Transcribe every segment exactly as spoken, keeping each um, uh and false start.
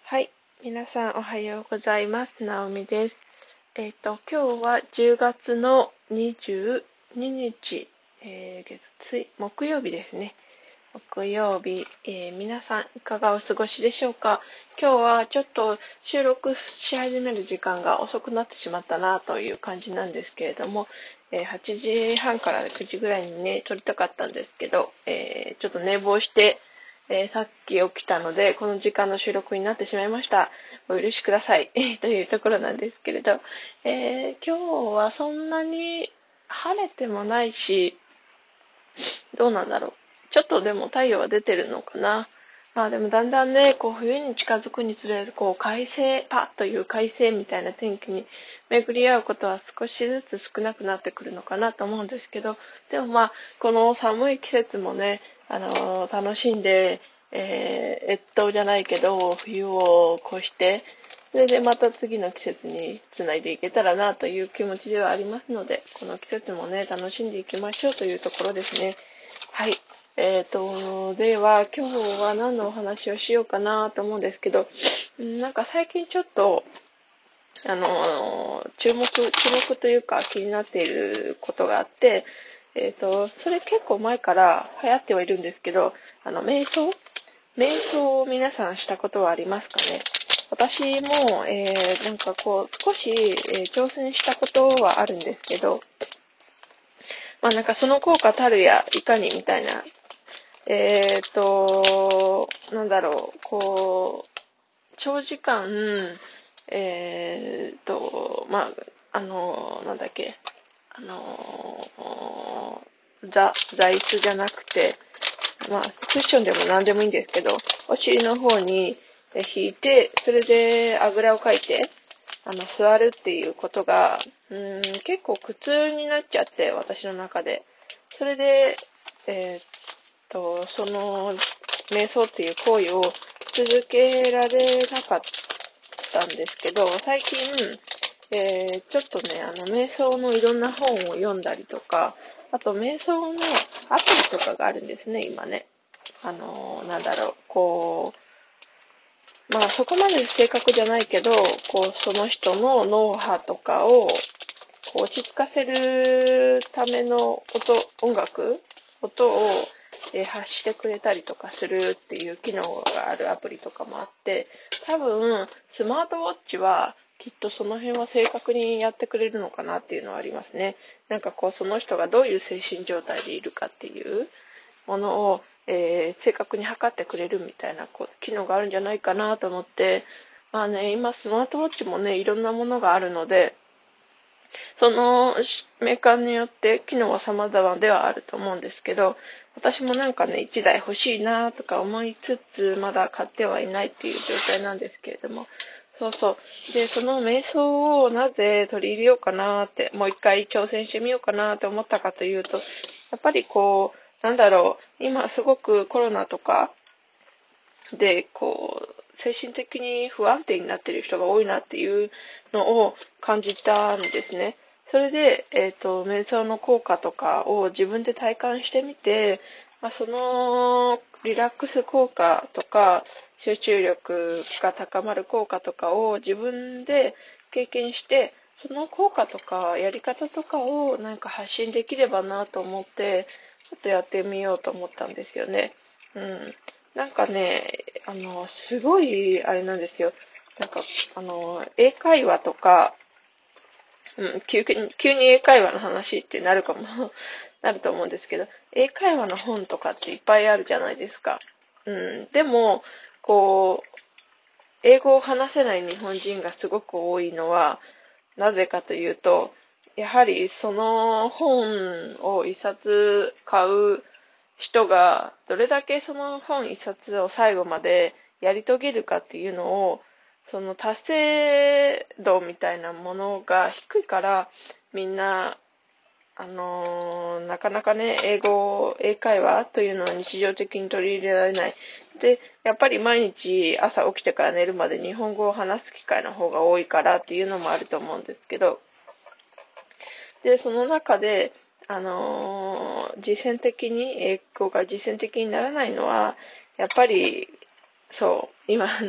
はい。皆さんおはようございます。なおみです。えっ、と、今日はじゅうがつのにじゅうににち、えー、月、木曜日ですね。木曜日、えー皆さんいかがお過ごしでしょうか。今日はちょっと収録し始める時間が遅くなってしまったなという感じなんですけれども、えーはちじはんからくじぐらいにね、撮りたかったんですけど、えーちょっと寝坊して、えーさっき起きたので、この時間の収録になってしまいました。お許しください。というところなんですけれど、えー今日はそんなに晴れてもないし、どうなんだろう。ちょっとでも太陽は出てるのかな。まあでもだんだんね、こう冬に近づくにつれ、こう快晴、パッという快晴みたいな天気に巡り合うことは少しずつ少なくなってくるのかなと思うんですけど、でもまあ、この寒い季節もね、あのー楽しんで、えー、越冬じゃないけど、冬を越して、それでまた次の季節につないでいけたらなという気持ちではありますので、この季節もね、楽しんでいきましょうというところですね。はい。えーと、では、今日は何のお話をしようかなと思うんですけど、なんか最近ちょっと、あの、注目、注目というか気になっていることがあって、えーと、それ結構前から流行ってはいるんですけど、あの、瞑想瞑想を皆さんしたことはありますかね。私も、えー、なんかこう、少し、えー挑戦したことはあるんですけど、まあなんかその効果たるやいかにみたいな、えーと、なんだろう、こう、長時間、えーと、まあ、あの、なんだっけ、あの、座、座椅子じゃなくて、まあ、クッションでも何でもいいんですけど、お尻の方に引いて、それであぐらをかいて、あの、座るっていうことが、うーん、結構苦痛になっちゃって、私の中で。それで、えーっと、その、瞑想っていう行為を続けられなかったんですけど、最近、えー、ちょっとね、あの、瞑想のいろんな本を読んだりとか、あと、瞑想のアプリとかがあるんですね、今ね。あの、なんだろう、こう、まあ、そこまで正確じゃないけど、こう、その人の脳波とかを、こう落ち着かせるための音、音楽音を、えー発してくれたりとかするっていう機能があるアプリとかもあって、多分、スマートウォッチは、きっとその辺は正確にやってくれるのかなっていうのはありますね。なんかこう、その人がどういう精神状態でいるかっていうものを、えー正確に測ってくれるみたいなこう機能があるんじゃないかなと思って、まあね、今スマートウォッチもね、いろんなものがあるので、そのメーカーによって機能は様々ではあると思うんですけど、私もなんかね、いちだい欲しいなとか思いつつ、まだ買ってはいないっていう状態なんですけれども、そうそう。で、その瞑想をなぜ取り入れようかなって、もう一回挑戦してみようかなって思ったかというと、やっぱりこう、なんだろう、今すごくコロナとかで、こう、精神的に不安定になっている人が多いなっていうのを感じたんですね。それで、えっと、瞑想の効果とかを自分で体感してみて、まあ、そのリラックス効果とか、集中力が高まる効果とかを自分で経験して、その効果とかやり方とかをなんか発信できればなと思って、ちょっとやってみようと思ったんですよね。うん。なんかね、あの、すごい、あれなんですよ。なんか、あの、英会話とか、うん、急に、急に英会話の話ってなるかも、なると思うんですけど、英会話の本とかっていっぱいあるじゃないですか。うん、でも、こう、英語を話せない日本人がすごく多いのは、なぜかというと、やはりその本を一冊買う人がどれだけその本一冊を最後までやり遂げるかっていうのを、その達成度みたいなものが低いから、みんなあのーなかなかね、英語、英会話というのは日常的に取り入れられない。で、やっぱり毎日朝起きてから寝るまで日本語を話す機会の方が多いからっていうのもあると思うんですけど、で、その中で、あのー実践的に、英語が実践的にならないのは、やっぱり、そう、今なんか、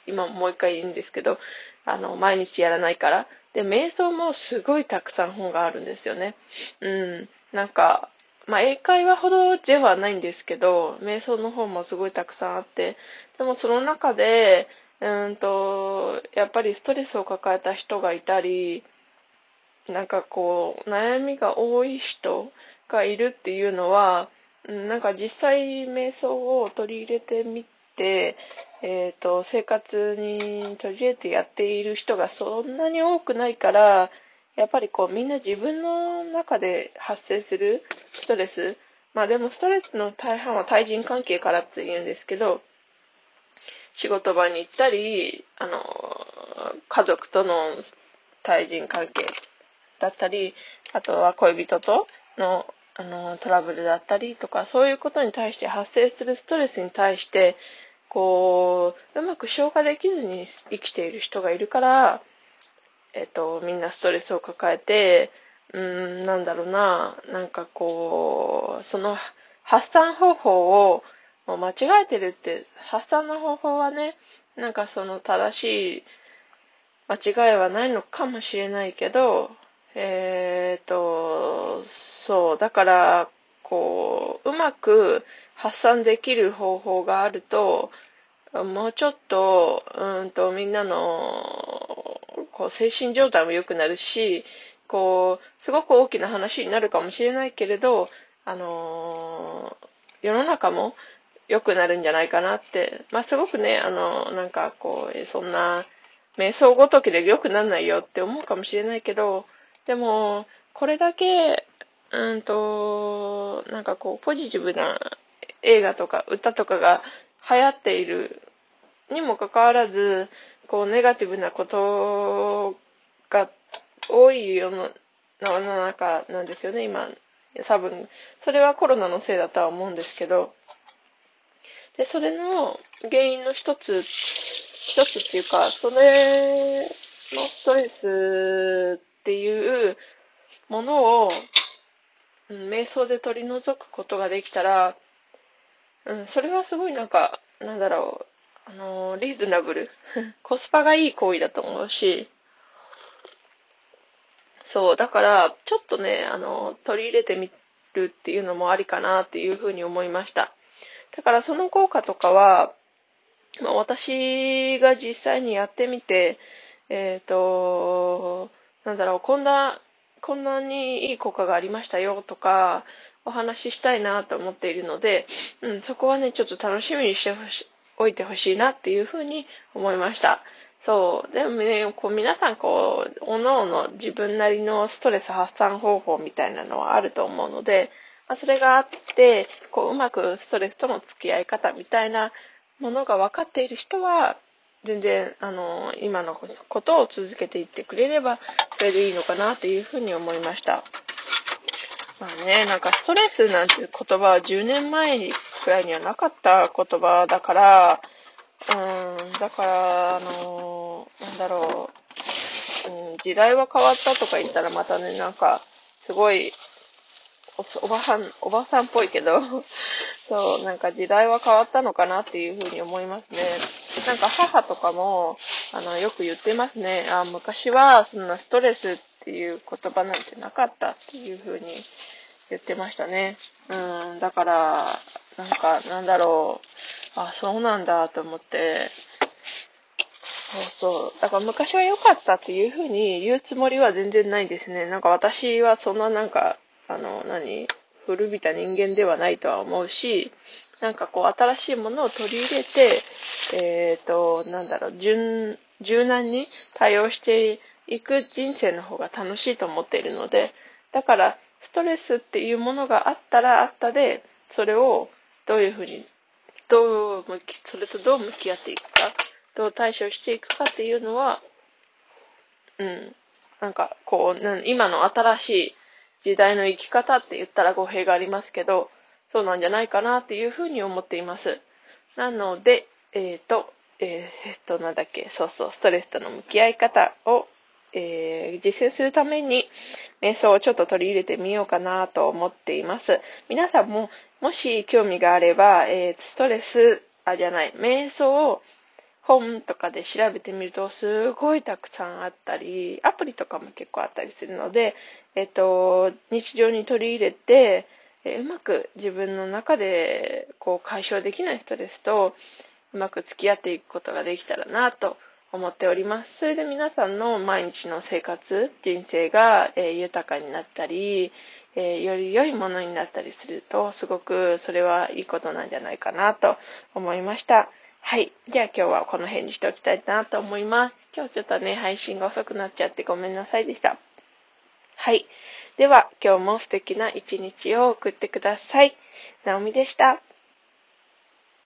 今もう一回言うんですけど、あの、毎日やらないから。で、瞑想もすごいたくさん本があるんですよね。うん。なんか、まあ、英会話ほどではないんですけど、瞑想の本もすごいたくさんあって、でもその中で、うんと、やっぱりストレスを抱えた人がいたり、なんかこう、悩みが多い人がいるっていうのは、なんか実際瞑想を取り入れてみて、えっと、生活に取り入れてやっている人がそんなに多くないから、やっぱりこうみんな自分の中で発生するストレス、まあでもストレスの大半は対人関係からって言うんですけど、仕事場に行ったり、あの、家族との対人関係だったり、あとは恋人との、あの、トラブルだったりとか、そういうことに対して発生するストレスに対して、こう、うまく消化できずに生きている人がいるから、えっと、みんなストレスを抱えて、うーん、なんだろうな、なんかこう、その発散方法をもう間違えてるって、発散の方法はね、なんかその正しい間違いはないのかもしれないけど、えっと、そう、だから、こう、うまく発散できる方法があると、もうちょっと、うんと、みんなの、こう、精神状態も良くなるし、こう、すごく大きな話になるかもしれないけれど、あのー、世の中も良くなるんじゃないかなって、まあ、すごくね、あの、なんかこう、そんな、瞑想ごときで良くならないよって思うかもしれないけど、でも、これだけ、うんと、なんかこう、ポジティブな映画とか歌とかが流行っているにもかかわらず、こう、ネガティブなことが多い世の中なんですよね、今。多分、それはコロナのせいだとは思うんですけど、で、それの原因の一つ、一つっていうか、それのストレスっていうものを、うん、瞑想で取り除くことができたら、うん、それはすごいなんか、なんだろう、あの、リーズナブル。コスパがいい行為だと思うし、そう、だから、ちょっとね、あの、取り入れてみるっていうのもありかなっていうふうに思いました。だからその効果とかは、まあ、私が実際にやってみて、えっと、なんだろう、こんな、こんなにいい効果がありましたよとか、お話ししたいなと思っているので、うん、そこはね、ちょっと楽しみにしてほしおいてほしいなっていうふうに思いました。そう。でもね、こう皆さんこう、おのおの自分なりのストレス発散方法みたいなのはあると思うので、まあ、それがあって、こう、うまくストレスとの付き合い方みたいなものが分かっている人は、全然、あの、今のことを続けていってくれれば、それでいいのかなっていうふうに思いました。まあね、なんかストレスなんて言葉はじゅうねんまえくらいにはなかった言葉だから、うん、だから、あの、なんだろう、うん、時代は変わったとか言ったらまたね、なんか、すごい、お、おばさん、おばさんっぽいけど、そう、なんか時代は変わったのかなっていうふうに思いますね。なんか母とかも、あの、よく言ってますね。あ、昔は、そんなストレスっていう言葉なんてなかったっていうふうに言ってましたね。うん、だから、なんか、なんだろう。あ、そうなんだと思って、そうそう。だから昔は良かったっていうふうに言うつもりは全然ないですね。なんか私はそんななんか、あの、何古びた人間ではないとは思うし、なんかこう新しいものを取り入れて、えっと、なんだろう、柔柔軟に対応していく人生の方が楽しいと思っているので、だからストレスっていうものがあったらあったで、それをどういうふうに、どう向き、それとどう向き合っていくか。どう対処していくかっていうのは、うん、なんかこう、今の新しい時代の生き方って言ったら語弊がありますけど、そうなんじゃないかなっていうふうに思っています。なので、えっ、ー、と、えっ、ー、と、なんだっけ、そうそう、ストレスとの向き合い方を、えー、実践するために、瞑想をちょっと取り入れてみようかなと思っています。皆さんも、もし興味があれば、えー、ストレス、あ、じゃない、瞑想を本とかで調べてみるとすごいたくさんあったり、アプリとかも結構あったりするので、えっと、日常に取り入れて、えうまく自分の中でこう解消できないストレスとうまく付き合っていくことができたらなと思っております。それで皆さんの毎日の生活、人生が、えー、豊かになったり、えー、より良いものになったりすると、すごくそれはいいことなんじゃないかなと思いました。はい。じゃあ今日はこの辺にしておきたいなと思います。今日ちょっとね、配信が遅くなっちゃってごめんなさいでした。はい。では今日も素敵な一日を送ってください。なおみでした。